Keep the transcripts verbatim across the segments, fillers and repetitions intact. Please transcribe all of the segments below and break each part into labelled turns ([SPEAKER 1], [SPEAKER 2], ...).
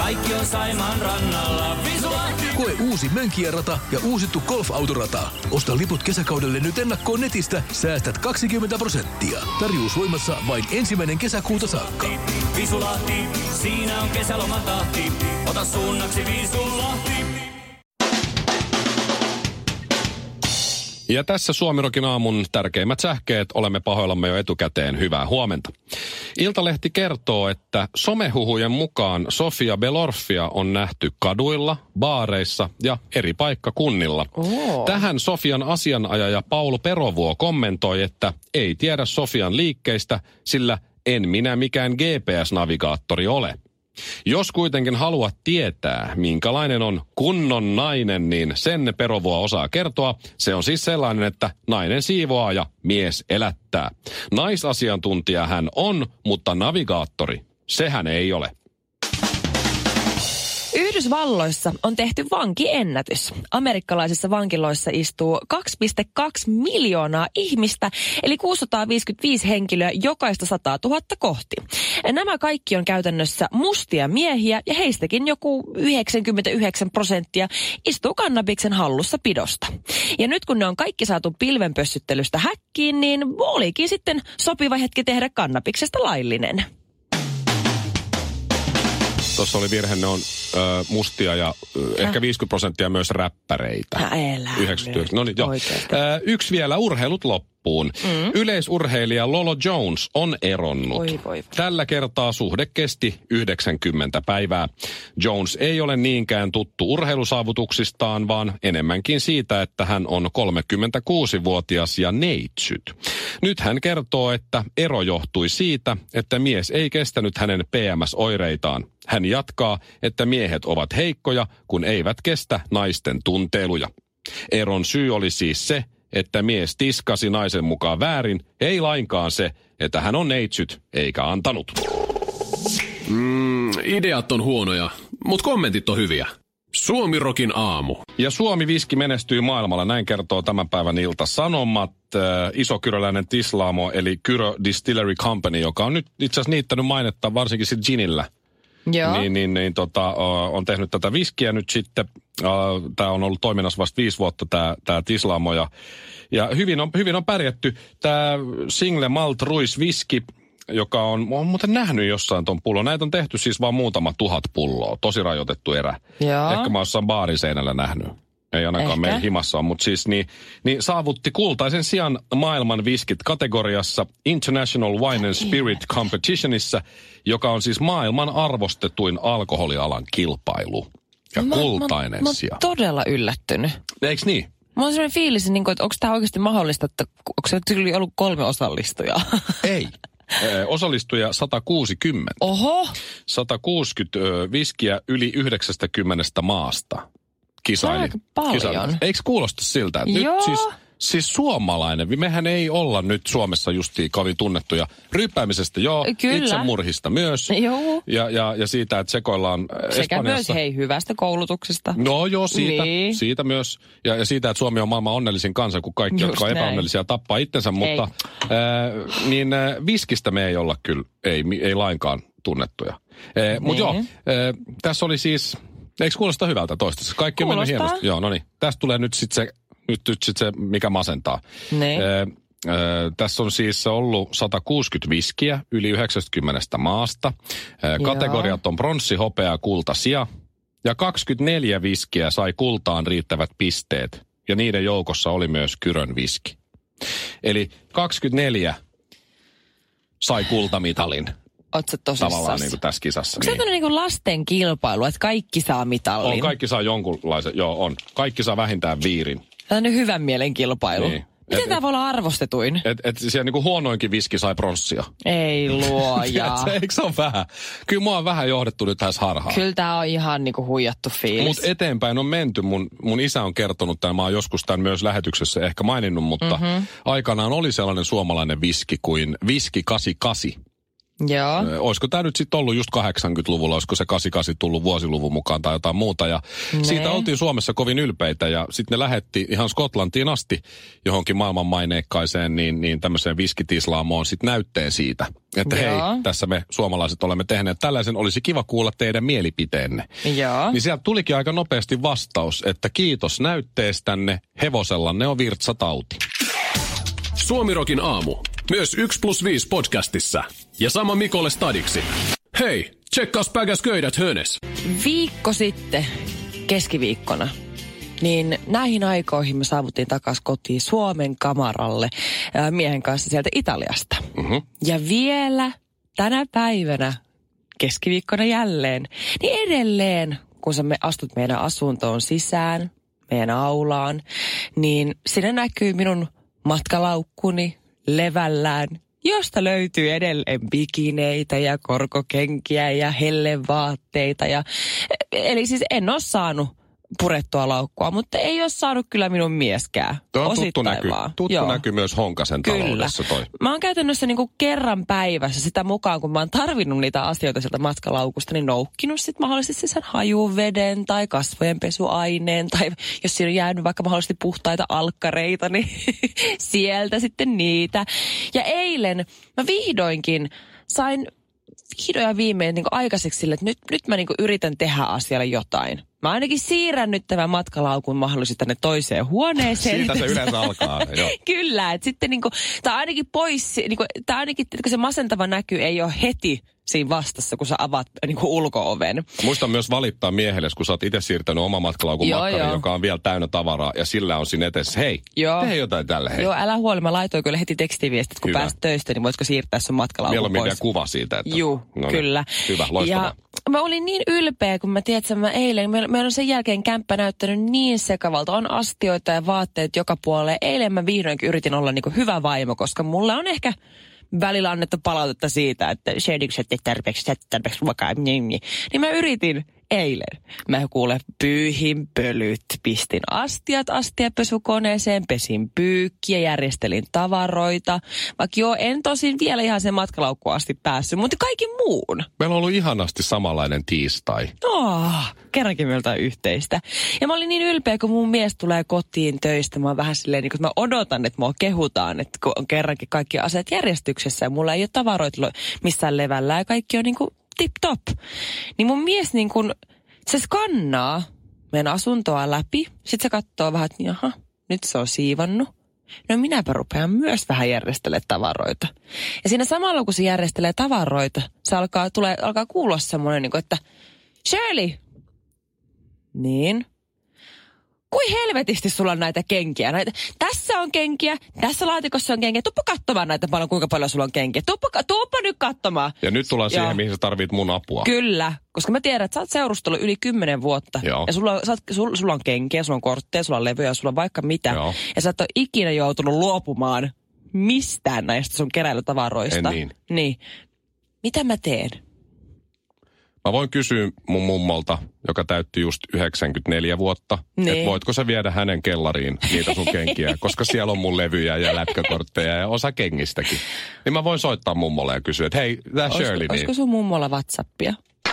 [SPEAKER 1] kaikki on Saimaan rannalla. Visulahti!
[SPEAKER 2] Koe uusi Mönkijärata ja uusittu golfautorata. Osta liput kesäkaudelle nyt ennakkoon netistä. Säästät kaksikymmentä prosenttia. Tarjous voimassa vain ensimmäinen kesäkuuta saakka.
[SPEAKER 1] Visulahti, siinä on kesälomatahti. Ota suunnaksi Visulahti.
[SPEAKER 3] Ja tässä Suomirokin aamun tärkeimmät sähkeet. Olemme pahoillamme jo etukäteen. Hyvää huomenta. Iltalehti kertoo, että somehuhujen mukaan Sofia Belorfia on nähty kaduilla, baareissa ja eri paikkakunnilla. Oh. Tähän Sofian asianajaja Paul Perovuo kommentoi, että ei tiedä Sofian liikkeistä, sillä en minä mikään G P S-navigaattori ole. Jos kuitenkin haluat tietää, minkälainen on kunnon nainen, niin sen Perovuo osaa kertoa. Se on siis sellainen, että nainen siivoaa ja mies elättää. Naisasiantuntija hän on, mutta navigaattori, sehän ei ole.
[SPEAKER 4] Yhdysvalloissa on tehty vankiennätys. Amerikkalaisissa vankiloissa istuu kaksi pilkku kaksi miljoonaa ihmistä, eli kuusisataaviisikymmentäviisi henkilöä jokaista sata tuhatta kohti. Nämä kaikki on käytännössä mustia miehiä ja heistäkin joku yhdeksänkymmentäyhdeksän prosenttia istuu kannabiksen hallussa pidosta. Ja nyt kun ne on kaikki saatu pilvenpössyttelystä häkkiin, niin olikin sitten sopiva hetki tehdä kannabiksesta laillinen.
[SPEAKER 3] Tuossa oli virhe, ne on ö, mustia ja ö, ehkä viisikymmentä prosenttia myös räppäreitä.
[SPEAKER 4] Älä
[SPEAKER 3] yhdeksänkymmentäyhdeksän. No niin, joo. Ö, yksi vielä, urheilut loppuun. Mm. Yleisurheilija Lolo Jones on eronnut.
[SPEAKER 4] Oi, voi, voi.
[SPEAKER 3] Tällä kertaa suhde kesti yhdeksänkymmentä päivää. Jones ei ole niinkään tuttu urheilusaavutuksistaan, vaan enemmänkin siitä, että hän on kolmekymmentäkuusivuotias ja neitsyt. Nyt hän kertoo, että ero johtui siitä, että mies ei kestänyt hänen P M S-oireitaan. Hän jatkaa, että miehet ovat heikkoja, kun eivät kestä naisten tunteiluja. Eron syy oli siis se, että mies tiskasi naisen mukaan väärin, ei lainkaan se, että hän on neitsyt eikä antanut.
[SPEAKER 5] Mm, ideat on huonoja, mutta kommentit on hyviä. Suomirokin aamu.
[SPEAKER 3] Ja Suomi-viski menestyy maailmalla, näin kertoo tämän päivän Ilta-Sanomat. Äh, isokyröläinen tislaamo, eli Kyrö Distillery Company, joka on nyt itse asiassa niittänyt mainetta varsinkin sit ginillä.
[SPEAKER 4] Joo.
[SPEAKER 3] Niin, niin, niin tota, uh, on tehnyt tätä viskiä nyt sitten. Uh, tämä on ollut toiminnassa vasta viisi vuotta tämä tää tislaamo ja, ja hyvin, on, hyvin on pärjätty. Tämä Single Malt Ruiz viski, joka on, on muuten nähnyt jossain ton pullon. Näitä on tehty siis vaan muutama tuhat pulloa, tosi rajoitettu erä.
[SPEAKER 4] Joo.
[SPEAKER 3] Ehkä mä oon jossain baarin seinällä nähnyt. Ei ainakaan Ehkä. meillä himassa on, mutta siis niin, niin saavutti kultaisen sijan maailman viskit kategoriassa International Wine and Spirit Competitionissa, joka on siis maailman arvostetuin alkoholialan kilpailu. Ja mä, kultainen
[SPEAKER 4] mä,
[SPEAKER 3] sija.
[SPEAKER 4] Mä oon todella yllättynyt.
[SPEAKER 3] Eiks niin?
[SPEAKER 4] Mä oon sellainen fiilis, että onko tämä oikeasti mahdollista, että onko se tyyli ollut kolme osallistujaa?
[SPEAKER 3] Ei. Osallistuja sata kuusikymmentä.
[SPEAKER 4] Oho.
[SPEAKER 3] sata kuusikymmentä viskiä yli yhdeksänkymmentä maasta. Kisaili.
[SPEAKER 4] Aika paljon.
[SPEAKER 3] Kisaili. Eikö kuulosta siltä? Että
[SPEAKER 4] Joo.
[SPEAKER 3] nyt siis, siis suomalainen. Mehän ei olla nyt Suomessa justiin kovin tunnettuja. Ryyppäämisestä joo,
[SPEAKER 4] Kyllä.
[SPEAKER 3] itsemurhista myös.
[SPEAKER 4] Joo.
[SPEAKER 3] Ja, ja, ja siitä, että sekoillaan
[SPEAKER 4] Sekä
[SPEAKER 3] Espanjassa.
[SPEAKER 4] myös hei hyvästä koulutuksesta.
[SPEAKER 3] No joo, siitä,
[SPEAKER 4] niin.
[SPEAKER 3] siitä myös. Ja, ja siitä, että Suomi on maailman onnellisin kansa, kun kaikki,
[SPEAKER 4] Just
[SPEAKER 3] jotka on
[SPEAKER 4] näin.
[SPEAKER 3] epäonnellisia, tappaa itsensä. Mutta äh, niin äh, viskistä me ei olla kyllä, ei, ei lainkaan tunnettuja. Äh, Mutta joo, äh, tässä oli siis... Eikö kuulosta hyvältä toistaiseksi? Kaikki on mennyt hienosti. Joo, no niin. Tästä tulee nyt sitten se, nyt, nyt sit se, mikä masentaa.
[SPEAKER 4] Niin.
[SPEAKER 3] Ee, ee, tässä on siis ollut sata kuusikymmentä viskiä yli yhdeksänkymmentä maasta. Ee, kategoriat on pronssi, hopea, kulta, sija. Ja kaksikymmentäneljä viskiä sai kultaan riittävät pisteet. Ja niiden joukossa oli myös Kyrön viski. Eli kaksikymmentäneljä sai kultamitalin.
[SPEAKER 4] Oot sä tosissaan?
[SPEAKER 3] Tavallaan niin kuin tässä kisassa.
[SPEAKER 4] Onko niin. se niin kuin lasten kilpailu, että kaikki saa mitallin?
[SPEAKER 3] On, kaikki saa jonkunlaisen, joo on. Kaikki saa vähintään viirin.
[SPEAKER 4] Tämä on hyvän mielen kilpailu.
[SPEAKER 3] Niin.
[SPEAKER 4] Miten
[SPEAKER 3] et,
[SPEAKER 4] tämä voi olla arvostetuin?
[SPEAKER 3] Että et siellä niinku huonoinkin viski sai pronssia.
[SPEAKER 4] Ei luoja.
[SPEAKER 3] Eikö se ole vähän? Kyllä mua on vähän johdettu nyt tässä harhaan.
[SPEAKER 4] Kyllä tämä on ihan niinku huijattu fiilis.
[SPEAKER 3] Mutta eteenpäin on menty. Mun, mun isä on kertonut tämän. Mä oon joskus tämän myös lähetyksessä ehkä maininnut, mutta mm-hmm. aikanaan oli sellainen suomalainen viski kuin Viski kahdeksankymmentäkahdeksan.
[SPEAKER 4] Joo.
[SPEAKER 3] Olisiko tämä nyt sitten ollut just kahdeksankymmentäluvulla, olisiko se kahdeksankymmentäkahdeksan tullut vuosiluvun mukaan tai jotain muuta. Ja ne. Siitä oltiin Suomessa kovin ylpeitä ja sitten ne lähetti ihan Skotlantiin asti johonkin maailman maineikkaiseen niin, niin tämmöiseen viskitislaamoon sitten näytteen siitä. Että Joo. hei, tässä me suomalaiset olemme tehneet tällaisen, olisi kiva kuulla teidän mielipiteenne.
[SPEAKER 4] Joo.
[SPEAKER 3] Niin sieltä tulikin aika nopeasti vastaus, että kiitos näytteestänne, hevosellanne on virtsatauti.
[SPEAKER 5] Suomirokin aamu. Myös yksi plus viisi podcastissa. Ja sama Mikolle stadiksi. Hei, tsekkaus päkäs köydät hönes.
[SPEAKER 4] Viikko sitten, keskiviikkona, niin näihin aikoihin me saavuttiin takaisin kotiin Suomen kamaralle ää, miehen kanssa sieltä Italiasta.
[SPEAKER 3] Mm-hmm.
[SPEAKER 4] Ja vielä tänä päivänä, keskiviikkona jälleen, niin edelleen, kun sä me astut meidän asuntoon sisään, meidän aulaan, niin siinä näkyy minun matkalaukkuni levällään, josta löytyy edelleen bikineitä ja korkokenkiä ja hellevaatteita. Ja, eli siis en ole saanut purettua laukkua, mutta ei ole saanut kyllä minun mieskään.
[SPEAKER 3] Tuo on
[SPEAKER 4] osittain
[SPEAKER 3] tuttu näky.
[SPEAKER 4] vaan.
[SPEAKER 3] Tuttu
[SPEAKER 4] Joo.
[SPEAKER 3] näky myös Honkasen
[SPEAKER 4] Kyllä.
[SPEAKER 3] taloudessa toi.
[SPEAKER 4] Mä oon käytännössä niinku kerran päivässä sitä mukaan, kun mä oon tarvinnut niitä asioita sieltä matkalaukusta, niin noukkinut sit mahdollisesti sen hajuveden tai kasvojenpesuaineen tai jos siinä on jäänyt vaikka mahdollisesti puhtaita alkkareita, niin sieltä sitten niitä. Ja eilen mä vihdoinkin sain vihdoin ja viimein niin aikaiseksi sille, että nyt, nyt mä niin yritän tehdä asialle jotain. Mä ainakin siirrän nyt tämän matkalaukun mahdollisesti tänne toiseen huoneeseen.
[SPEAKER 3] Siitä se yleensä alkaa, joo.
[SPEAKER 4] Kyllä, että sitten niin kuin, tai ainakin pois, niin kuin, tai ainakin se masentava näky ei ole heti siinä vastassa, kun sä avaat niin kuin ulko-oven.
[SPEAKER 3] Muista myös valittaa miehelle, kun sä oot itse siirtänyt oma matkalaukun makkari, joka on vielä täynnä tavaraa, ja sillä on siinä edessä, hei, joo. tee jotain tälle, hei.
[SPEAKER 4] Joo, älä huoli, mä laitoin kyllä heti tekstiviestit, kun pääsit töistä, niin voisiko siirtää sun matkalaukun
[SPEAKER 3] Mieluummin
[SPEAKER 4] pois.
[SPEAKER 3] vielä kuva siitä. Että,
[SPEAKER 4] Juu,
[SPEAKER 3] no
[SPEAKER 4] kyllä.
[SPEAKER 3] Hyvä, loistavaa.
[SPEAKER 4] Ja mä olin niin ylpeä, kun mä tiedän, että mä eilen, meillä on sen jälkeen kämppä näyttänyt niin sekavalta. On astioita ja vaatteet joka puolelle. Eilen mä vihdoinkin yritin olla niin kuin hyvä vaimo, koska mulla on ehkä välillä annettu palautetta siitä, että shadingset ei tarpeeksi, tarpeeksi ruokaa, niin, niin. niin mä yritin eilen. Mä kuulen pyyhin pölyt, pistin astiat astiapesukoneeseen, pesin pyykkiä, järjestelin tavaroita. Vaikka joo, en tosin vielä ihan sen matkalaukkuun asti päässyt, mutta kaikki muun.
[SPEAKER 3] Meillä on ollut ihanasti samanlainen tiistai.
[SPEAKER 4] Oh, kerrankin meiltä on yhteistä. Ja mä olin niin ylpeä, kun mun mies tulee kotiin töistä. Mä oon vähän silleen, niin kun mä odotan, että mua kehutaan, että kun on kerrankin kaikki asiat järjestyksessä ja mulla ei ole tavaroita missään levällä ja kaikki on niin kuin tip-top. Niin mun mies niin kuin, se skannaa meidän asuntoa läpi. Sitten se katsoo vähän, että jaha, nyt se on siivannut. No minäpä rupean myös vähän järjestelemään tavaroita. Ja siinä samalla, kun se järjestelee tavaroita, se alkaa, tulee, alkaa kuulla semmoinen, niin kuin, että Shirley, niin, kuin helvetisti sulla on näitä kenkiä. Näitä, tässä on kenkiä, tässä laatikossa on kenkiä. Tuuppa katsomaan näitä paljon, kuinka paljon sulla on kenkiä. Tuuppa, tuuppa nyt katsomaan.
[SPEAKER 3] Ja nyt tullaan siihen, mihin sä tarvit mun apua.
[SPEAKER 4] Kyllä, koska mä tiedän, että sä oot seurustellut yli kymmenen vuotta.
[SPEAKER 3] Joo.
[SPEAKER 4] Ja sulla, sä oot, sulla, sulla on kenkiä, sulla on kortteja, sulla on levyjä, sulla on vaikka mitä.
[SPEAKER 3] Joo.
[SPEAKER 4] Ja sä et ole ikinä joutunut luopumaan mistään näistä sun keräilytavaroista.
[SPEAKER 3] En niin.
[SPEAKER 4] Niin. Mitä mä teen?
[SPEAKER 3] Mä voin kysyä mun mummolta, joka täytti just yhdeksänkymmentäneljä vuotta,
[SPEAKER 4] niin.
[SPEAKER 3] että voitko sä viedä hänen kellariin niitä sun kenkiä, koska siellä on mun levyjä ja lätkäkortteja ja osa kengistäkin. Niin mä voin soittaa mummolle ja kysyä, että hei, tää Shirley niin.
[SPEAKER 4] Olisiko sun mummolla WhatsAppia?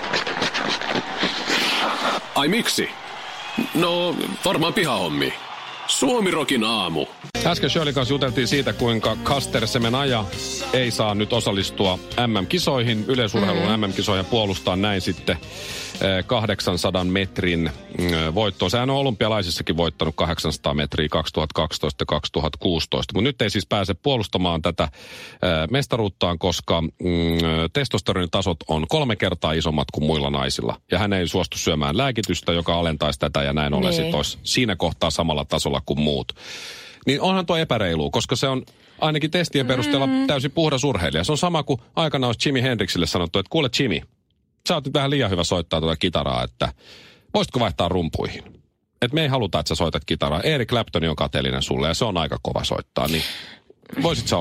[SPEAKER 5] Ai miksi? No, varmaan pihahommi. Suomirokin aamu.
[SPEAKER 3] Äsken Shirley kanssa juteltiin siitä, kuinka Caster Semenaja ei saa nyt osallistua M M-kisoihin, yleisurheilun mm. M M-kisoja puolustaa näin sitten kahdeksansadan metrin voittoa. Sehän on olympialaisissakin voittanut kahdeksansataa metriä kaksituhattakaksitoista ja kaksituhattakuusitoista, mutta nyt ei siis pääse puolustamaan tätä mestaruuttaan, koska mm, testosteronitasot on kolme kertaa isommat kuin muilla naisilla. Ja hän ei suostu syömään lääkitystä, joka alentaisi tätä ja näin ollen sitten olisi siinä kohtaa samalla tasolla kuin muut. Niin onhan tuo epäreilu, koska se on ainakin testien perusteella mm. täysin puhdas urheilija. Se on sama kuin aikanaan olisi Jimi Hendrixille sanottu, että kuule Jimi, sä oot nyt vähän liian hyvä soittaa tuota kitaraa, että voisitko vaihtaa rumpuihin? Että me ei haluta, että sä soitat kitaraa. Eric Clapton on kateellinen sulle ja se on aika kova soittaa, niin voisit sä olla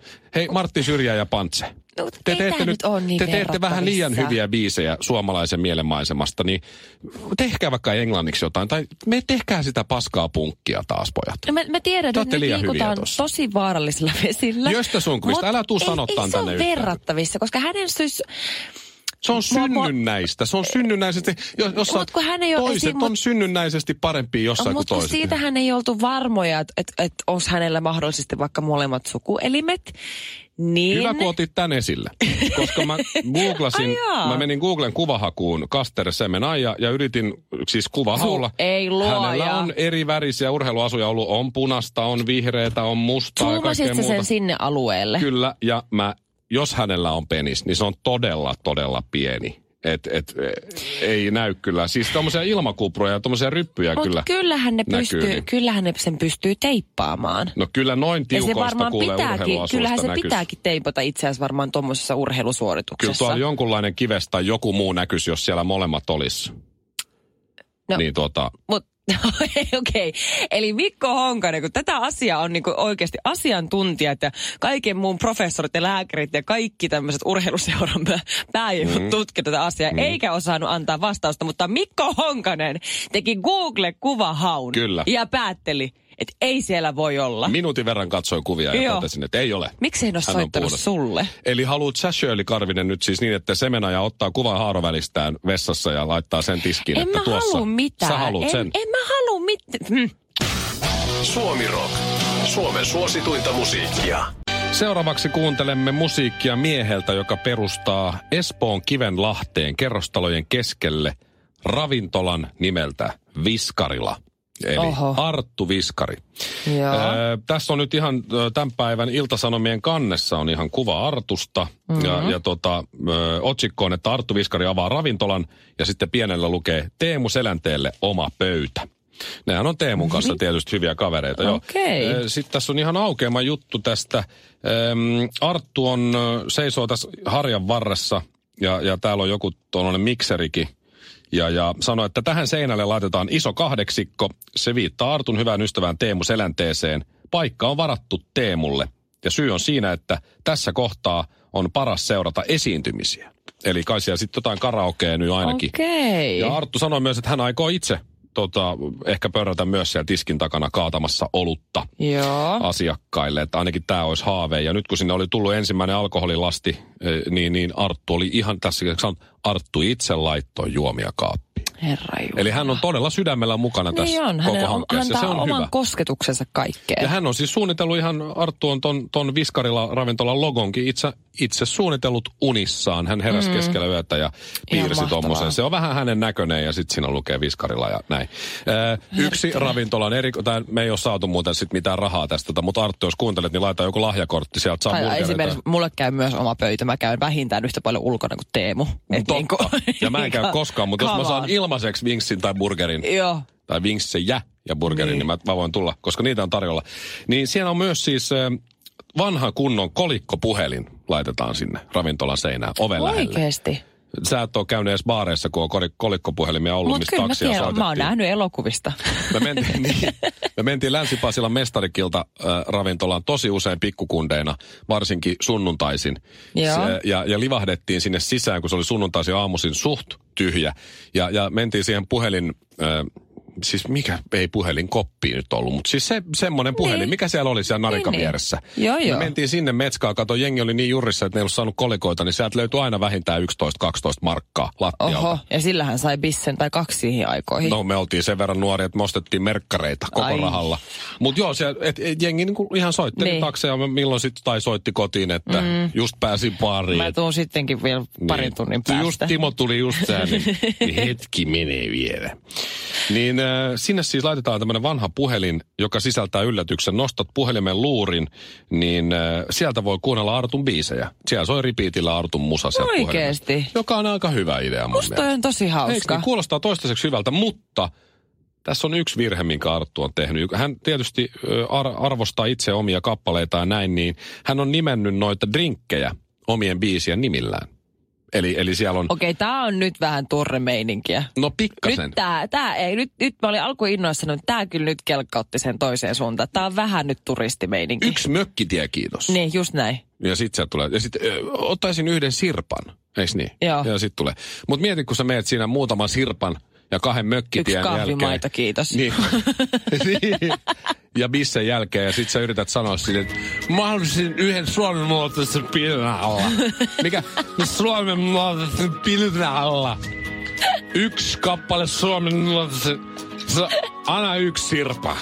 [SPEAKER 3] Hei, Martti Syrjä ja Pantse.
[SPEAKER 4] No,
[SPEAKER 3] te teette, nyt,
[SPEAKER 4] niin
[SPEAKER 3] te teette vähän liian hyviä biisejä suomalaisen mielenmaisemasta, niin tehkää vaikka englanniksi jotain, tai me tehkää sitä paskaa punkkia taas, pojat.
[SPEAKER 4] No mä, mä tiedän, että nyt liikutaan tosi vaarallisilla vesillä.
[SPEAKER 3] Jöstä Sundqvist, älä tuu sanottaan
[SPEAKER 4] ei,
[SPEAKER 3] tänne
[SPEAKER 4] ei se ole verrattavissa, koska hänen syys...
[SPEAKER 3] Se on synnynnäistä. Se on synnynnäisesti, jos, jos
[SPEAKER 4] mut, hän ei
[SPEAKER 3] toiset
[SPEAKER 4] esim,
[SPEAKER 3] on synnynnäisesti parempia jossain kuin toiset.
[SPEAKER 4] Mutta siitä hän ei oltu varmoja, että et, et olisi hänellä mahdollisesti vaikka molemmat sukuelimet. Niin...
[SPEAKER 3] Hyvä, kun otit tämän esille. Koska mä googlasin, mä menin Googlen kuvahakuun Kaster Semenaja ja yritin siis kuvahaulla.
[SPEAKER 4] Su, ei luoja.
[SPEAKER 3] Hänellä on eri värisiä urheiluasuja ollut. On punasta, on vihreätä, on mustaa ja kaikkea muuta.
[SPEAKER 4] sen sinne alueelle?
[SPEAKER 3] Kyllä, ja mä... Jos hänellä on penis, niin se on todella, todella pieni. Et, et, ei näy kyllä. Siis tommosia ilmakupruja ja tommosia ryppyjä
[SPEAKER 4] Mut
[SPEAKER 3] kyllä
[SPEAKER 4] kyllähän ne
[SPEAKER 3] näkyy,
[SPEAKER 4] pystyy,
[SPEAKER 3] niin.
[SPEAKER 4] kyllähän ne sen pystyy teippaamaan.
[SPEAKER 3] No kyllä noin tiukoista kuulee urheiluasuista
[SPEAKER 4] kyllähän se
[SPEAKER 3] näkyisi.
[SPEAKER 4] pitääkin teipata itse asiassa varmaan tommosessa urheilusuorituksessa.
[SPEAKER 3] Kyllä tuolla jonkunlainen kives tai joku muu näkyisi, jos siellä molemmat olisi.
[SPEAKER 4] No,
[SPEAKER 3] niin tuota...
[SPEAKER 4] Mut okei, okay. Eli Mikko Honkanen, kun tätä asiaa on niin kuin oikeasti asiantuntijat ja kaiken muun professorit ja lääkärit ja kaikki tämmöiset urheiluseuran pääjävät mm. tutkivat tätä asiaa, mm. eikä osannut antaa vastausta, mutta Mikko Honkanen teki Google-kuvahaun
[SPEAKER 3] Kyllä.
[SPEAKER 4] ja päätteli, että ei siellä voi olla.
[SPEAKER 3] Minuutin verran katsoin kuvia ja
[SPEAKER 4] Joo.
[SPEAKER 3] totesin, että ei ole.
[SPEAKER 4] Miksi en ole
[SPEAKER 3] Hän
[SPEAKER 4] soittanut sulle?
[SPEAKER 3] Eli haluat sä Shirley Karvinen nyt siis niin, että Semenaja ottaa kuvan haarovälistään vessassa ja laittaa sen tiskiin,
[SPEAKER 4] en
[SPEAKER 3] että
[SPEAKER 4] mä
[SPEAKER 3] tuossa.
[SPEAKER 4] halua mitään.
[SPEAKER 3] Sä haluat
[SPEAKER 4] en,
[SPEAKER 3] sen.
[SPEAKER 4] En mä halua mitään. Hm.
[SPEAKER 5] Suomi Rock. Suomen suosituinta musiikkia.
[SPEAKER 3] Seuraavaksi kuuntelemme musiikkia mieheltä, joka perustaa Espoon Kivenlahteen kerrostalojen keskelle ravintolan nimeltä Viskarila. Eli Oho. Arttu Viskari. Ää, tässä on nyt ihan tämän päivän Ilta-Sanomien kannessa on ihan kuva Artusta. Mm-hmm. Ja, ja tota, ö, otsikko on, että Arttu Viskari avaa ravintolan ja sitten pienellä lukee Teemu Selänteelle oma pöytä. Nehän on Teemun kanssa tietysti hyviä kavereita.
[SPEAKER 4] Okay.
[SPEAKER 3] Sitten tässä on ihan aukeama juttu tästä. Arttu on, seisoo tässä harjan varressa ja, ja täällä on joku tuollainen mikserikin. Ja, ja sanoi, että tähän seinälle laitetaan iso kahdeksikko. Se viittaa Artun hyvään ystävään Teemu Selänteeseen. Paikka on varattu Teemulle. Ja syy on siinä, että tässä kohtaa on paras seurata esiintymisiä. Eli kai siellä sitten jotain karaokea nyt ainakin.
[SPEAKER 4] Okay.
[SPEAKER 3] Ja Arttu sanoi myös, että hän aikoo itse tota, ehkä pörrätä myös siellä tiskin takana kaatamassa olutta
[SPEAKER 4] Joo.
[SPEAKER 3] asiakkaille. Että ainakin tämä olisi haave. Ja nyt kun sinne oli tullut ensimmäinen alkoholilasti, niin, niin Arttu oli ihan tässä, Arttu itse laittoi juomia kaappiin.
[SPEAKER 4] Herra Jumala.
[SPEAKER 3] Eli hän on todella sydämellä mukana tässä
[SPEAKER 4] niin on.
[SPEAKER 3] koko
[SPEAKER 4] Hänen,
[SPEAKER 3] hankkeessa.
[SPEAKER 4] hän
[SPEAKER 3] se on
[SPEAKER 4] oman
[SPEAKER 3] hyvä.
[SPEAKER 4] kosketuksensa kaikkeen.
[SPEAKER 3] Ja hän on siis suunnitellut ihan, Arttu on ton, ton Viskarila ravintolan logonkin itse, itse suunnitellut unissaan. Hän heräsi mm. keskellä yötä ja piirsi tommosen. Se on vähän hänen näköinen ja sitten siinä lukee Viskarila ja näin. Ö, yksi ravintolan eri, tai me ei ole saatu muuten sit mitään rahaa tästä, mutta Arttu, jos kuuntelet, niin laita joku lahjakortti. Sieltä saa burgereita.
[SPEAKER 4] Esimerkiksi mulle käy myös oma pöytä. Mä käyn vähintään yhtä paljon ulkona kuin Teemu.
[SPEAKER 3] Totta. Niin kuin, ja mä en käy koskaan, mutta jos mä saan ilmaiseksi vinksin tai burgerin,
[SPEAKER 4] Joo.
[SPEAKER 3] tai vinksejä ja burgerin, niin. niin mä, mä voin tulla, koska niitä on tarjolla. Niin siellä on myös siis vanha kunnon kolikkopuhelin laitetaan sinne ravintolan seinään, oven lähelle.
[SPEAKER 4] Oikeesti?
[SPEAKER 3] Sä et ole käynyt edes baareissa, kun on kolikkopuhelimia ollut,
[SPEAKER 4] mut
[SPEAKER 3] mistä taksia soitettiin.
[SPEAKER 4] Mutta kyllä mä oon nähnyt elokuvista.
[SPEAKER 3] Me mentiin, niin, me mentiin Länsi-Pasilan mestarikilta äh, ravintolaan tosi usein pikkukundeina, varsinkin sunnuntaisin. Se, ja, ja livahdettiin sinne sisään, kun se oli sunnuntaisin aamuisin suht tyhjä. Ja, ja mentiin siihen puhelin... Äh, Siis mikä, ei puhelinkoppi nyt ollut, mutta siis se, semmoinen puhelin, niin. Mikä siellä oli siellä narikan niin, vieressä.
[SPEAKER 4] Joo, joo.
[SPEAKER 3] Me mentiin sinne Metskaan, kato, jengi oli niin jurissa, että ne ei ollut saanut kolikoita, niin sieltä löytyi aina vähintään yksitoista kaksitoista markkaa lattialta. Oho,
[SPEAKER 4] ja sillähän sai bissen tai kaksi siihen aikoihin.
[SPEAKER 3] No me oltiin sen verran nuoria, että me ostettiin merkkareita koko Ai. rahalla. Mutta joo, siellä, et, et, jengi niinku ihan soitteli niin. takseja, milloin sitten tai soitti kotiin, että mm. just pääsin baariin.
[SPEAKER 4] Mä tuun sittenkin vielä parin niin. tunnin päästä.
[SPEAKER 3] Just Timo tuli just sään, niin hetki menee vielä. Niin äh, sinne siis laitetaan tämmöinen vanha puhelin, joka sisältää yllätyksen. Nostat puhelimen luurin, niin äh, sieltä voi kuunnella Artun biisejä. Siellä soi repeatillä Artun musa sieltä
[SPEAKER 4] Oikeesti?
[SPEAKER 3] Joka on aika hyvä idea mun
[SPEAKER 4] Musta on tosi hauska.
[SPEAKER 3] Eikö, niin kuulostaa toistaiseksi hyvältä, mutta tässä on yksi virhe, minkä Arttu on tehnyt. Hän tietysti ar- arvostaa itse omia kappaleita ja näin, niin hän on nimennyt noita drinkkejä omien biisien nimillään. Eli, eli siellä on...
[SPEAKER 4] Okei, tää on nyt vähän turremeininkiä.
[SPEAKER 3] No pikkasen.
[SPEAKER 4] Nyt tää, tää ei, nyt, nyt mä olin alkuinnoissani, että tää kyllä nyt kelkkautti sen toiseen suuntaan. Tää on vähän nyt turistimeininki.
[SPEAKER 3] Yksi mökkitie, kiitos.
[SPEAKER 4] Niin, just näin.
[SPEAKER 3] Ja sit sieltä tulee, ja sit ö, ottaisin yhden sirpan, eiks niin?
[SPEAKER 4] Joo.
[SPEAKER 3] Ja sit tulee. Mut mietit, kun sä meet siinä muutaman sirpan ja kahden mökkitien
[SPEAKER 4] Yksi
[SPEAKER 3] jälkeen.
[SPEAKER 4] Yksi kahvimaito, kiitos.
[SPEAKER 3] Niin. niin. Ja bissen jälkeen, ja sit sä yrität sanoa sille, että mä haluaisin yhden suomenmuotoisen pilven alla. Mikä? Suomenmuotoisen pilven alla. Yksi kappale suomenmuotoisen, anna yksi sirpa.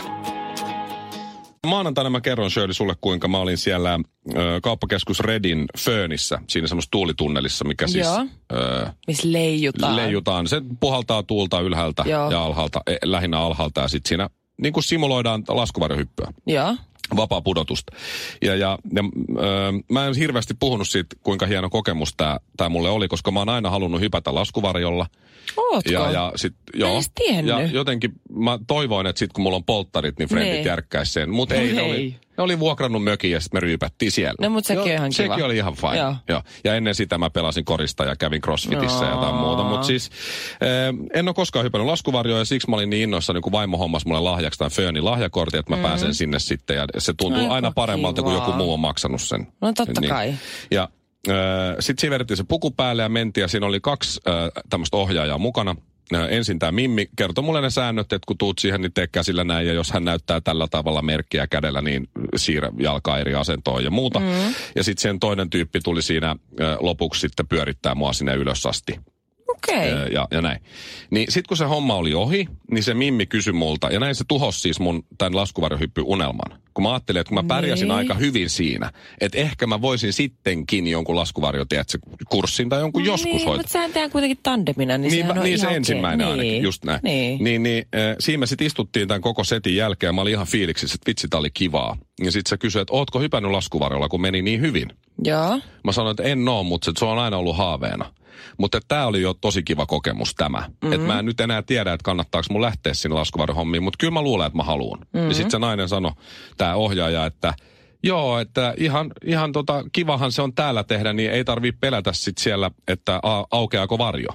[SPEAKER 3] Maanantaina mä kerron, Shirley, sulle, kuinka mä olin siellä ö, kauppakeskus Redin Fönissä, siinä semmoisessa tuulitunnelissa, mikä siis... Ö,
[SPEAKER 4] missä leijutaan.
[SPEAKER 3] Leijutaan. Se puhaltaa tuulta ylhäältä Joo. ja alhaalta, eh, lähinnä alhaalta, ja sitten siinä niin kuin simuloidaan laskuvarjohyppyä.
[SPEAKER 4] Joo. Vapaa
[SPEAKER 3] pudotusta. Ja, ja, ja ö, mä en hirveästi puhunut siitä, kuinka hieno kokemus tää, tää mulle oli, koska mä oon aina halunnut hypätä laskuvarjolla.
[SPEAKER 4] Ootko?
[SPEAKER 3] Ja, ja, sit, joo, ja jotenkin mä toivoin, että sit kun mulla on polttarit, niin frendit järkkäis sen. Mutta ei, ne oli, ne oli vuokrannut mökin ja sitten me ryypättiin siellä.
[SPEAKER 4] No mutta sekin on ihan
[SPEAKER 3] sekin
[SPEAKER 4] kiva.
[SPEAKER 3] Sekin oli ihan fine. Joo. Joo. Ja ennen sitä mä pelasin korista ja kävin crossfitissä no. ja jotain muuta. Mutta siis eh, en ole koskaan hypännyt laskuvarjoa ja siksi mä olin niin innoissani, kun vaimo hommas mulle lahjaksi tämän Fönin lahjakortin, että mä mm. pääsen sinne sitten. Ja se tuntuu Aika aina paremmalta, kiva. Kun joku muu on maksanut sen.
[SPEAKER 4] No totta
[SPEAKER 3] niin.
[SPEAKER 4] kai.
[SPEAKER 3] Ja sitten siinä vedettiin se puku päälle ja mentiin ja siinä oli kaksi äh, tämmöistä ohjaajaa mukana. Äh, ensin tämä Mimmi kertoi mulle ne säännöt, että kun tuut siihen, niin tee käsillä näin ja jos hän näyttää tällä tavalla merkkiä kädellä, niin siirrä jalkaa eri asentoon ja muuta. Mm. Ja sitten sen toinen tyyppi tuli siinä äh, lopuksi sitten pyörittää mua sinne ylös asti.
[SPEAKER 4] Okei. Okay.
[SPEAKER 3] Ja, ja näin. Niin sit kun se homma oli ohi, niin se Mimmi kysyi multa, ja näin se tuhosi siis mun tämän laskuvarjohyppy-unelman. Kun mä ajattelin, että kun mä pärjäsin niin. aika hyvin siinä, että ehkä mä voisin sittenkin jonkun laskuvarjo, tiedätkö, kurssin tai jonkun no joskus
[SPEAKER 4] niin,
[SPEAKER 3] hoitaa.
[SPEAKER 4] mutta sehän tehdään kuitenkin tandemina, niin,
[SPEAKER 3] niin,
[SPEAKER 4] sehän on
[SPEAKER 3] niin
[SPEAKER 4] ihan
[SPEAKER 3] se ensimmäinen
[SPEAKER 4] niin.
[SPEAKER 3] ainakin, just näin.
[SPEAKER 4] Niin,
[SPEAKER 3] niin, niin äh, siinä me sit istuttiin tämän koko setin jälkeen, ja mä olin ihan fiiliksissä, että vitsi, tää oli kivaa. Ja sit se kysyi, että ootko hypännyt laskuvarjolla, kun meni niin hyvin?
[SPEAKER 4] Joo.
[SPEAKER 3] Mä sanoin, että en oo, mutta se on aina ollut haaveena. Mutta tämä oli jo tosi kiva kokemus tämä. Mm-hmm. Että mä en nyt enää tiedä, että kannattaako mun lähteä sinne laskuvarjohommiin, mutta kyllä mä luulen, että mä haluan. Mm-hmm. Ja sitten se nainen sanoi, tämä ohjaaja, että joo, että ihan, ihan tota, kivahan se on täällä tehdä, niin ei tarvitse pelätä sit siellä, että a- aukeaako varjo.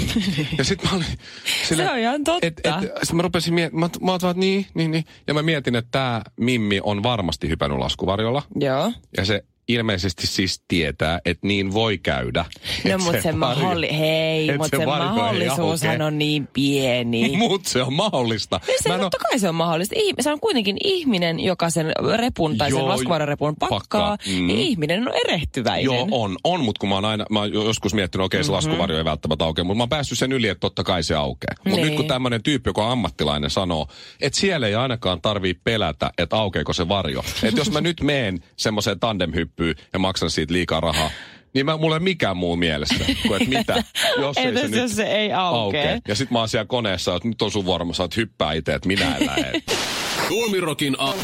[SPEAKER 3] Ja sit mä olin... Sille,
[SPEAKER 4] se on ihan totta.
[SPEAKER 3] Et, et, sit mä rupesin miettimään, mä, mä oon vaan niin, niin, niin. Ja mä mietin, että tää Mimmi on varmasti hypännyt laskuvarjolla.
[SPEAKER 4] Joo.
[SPEAKER 3] Ja se... ilmeisesti siis tietää, että niin voi käydä.
[SPEAKER 4] No mutta se, se, mahdolli- hei, mut se, se mahdollisuushan on niin pieni.
[SPEAKER 3] Mutta se on mahdollista.
[SPEAKER 4] No se totta kai se on mahdollista. Se on kuitenkin ihminen, joka sen repun tai Joo, sen laskuvarjorepun pakkaa, pakkaa. Mm. Niin ihminen on erehtyväinen.
[SPEAKER 3] Joo, on. On, mutta kun mä oon aina, mä oon joskus miettinyt, okei okay, se mm-hmm. laskuvarjo ei välttämättä aukea, mutta mä oon päässyt sen yli, että totta kai se aukeaa. Mutta niin. nyt kun tämmöinen tyyppi, joka on ammattilainen, sanoo, että siellä ei ainakaan tarvii pelätä, että aukeako se varjo. Että jos mä nyt meen semmoiseen tandemhyppyyn ja maksan siitä liikaa rahaa, niin mä, mulla ei mikään muu mielessä, kuin että mitä, jos ei, se,
[SPEAKER 4] jos se ei aukee.
[SPEAKER 3] aukee. Ja sit mä oon siellä koneessa, että nyt on sun vuoro, mä saat hyppää itse, että minä en lähde.
[SPEAKER 5] Suomirokin a...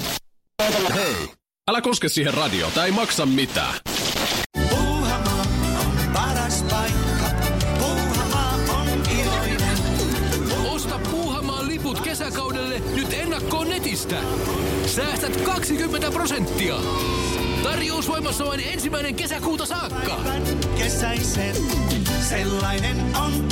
[SPEAKER 5] Hei, älä koske siihen radioon, tää ei maksa mitään.
[SPEAKER 6] Puuhamaa on paras paikka, Puuhamaa on iloinen.
[SPEAKER 2] Osta Puuhamaan liput kesäkaudelle nyt ennakkoon netistä. Säästät kaksikymmentä prosenttia. Tarjous voimassa vain ensimmäinen kesäkuuta saakka.
[SPEAKER 6] Kesäisen, sellainen on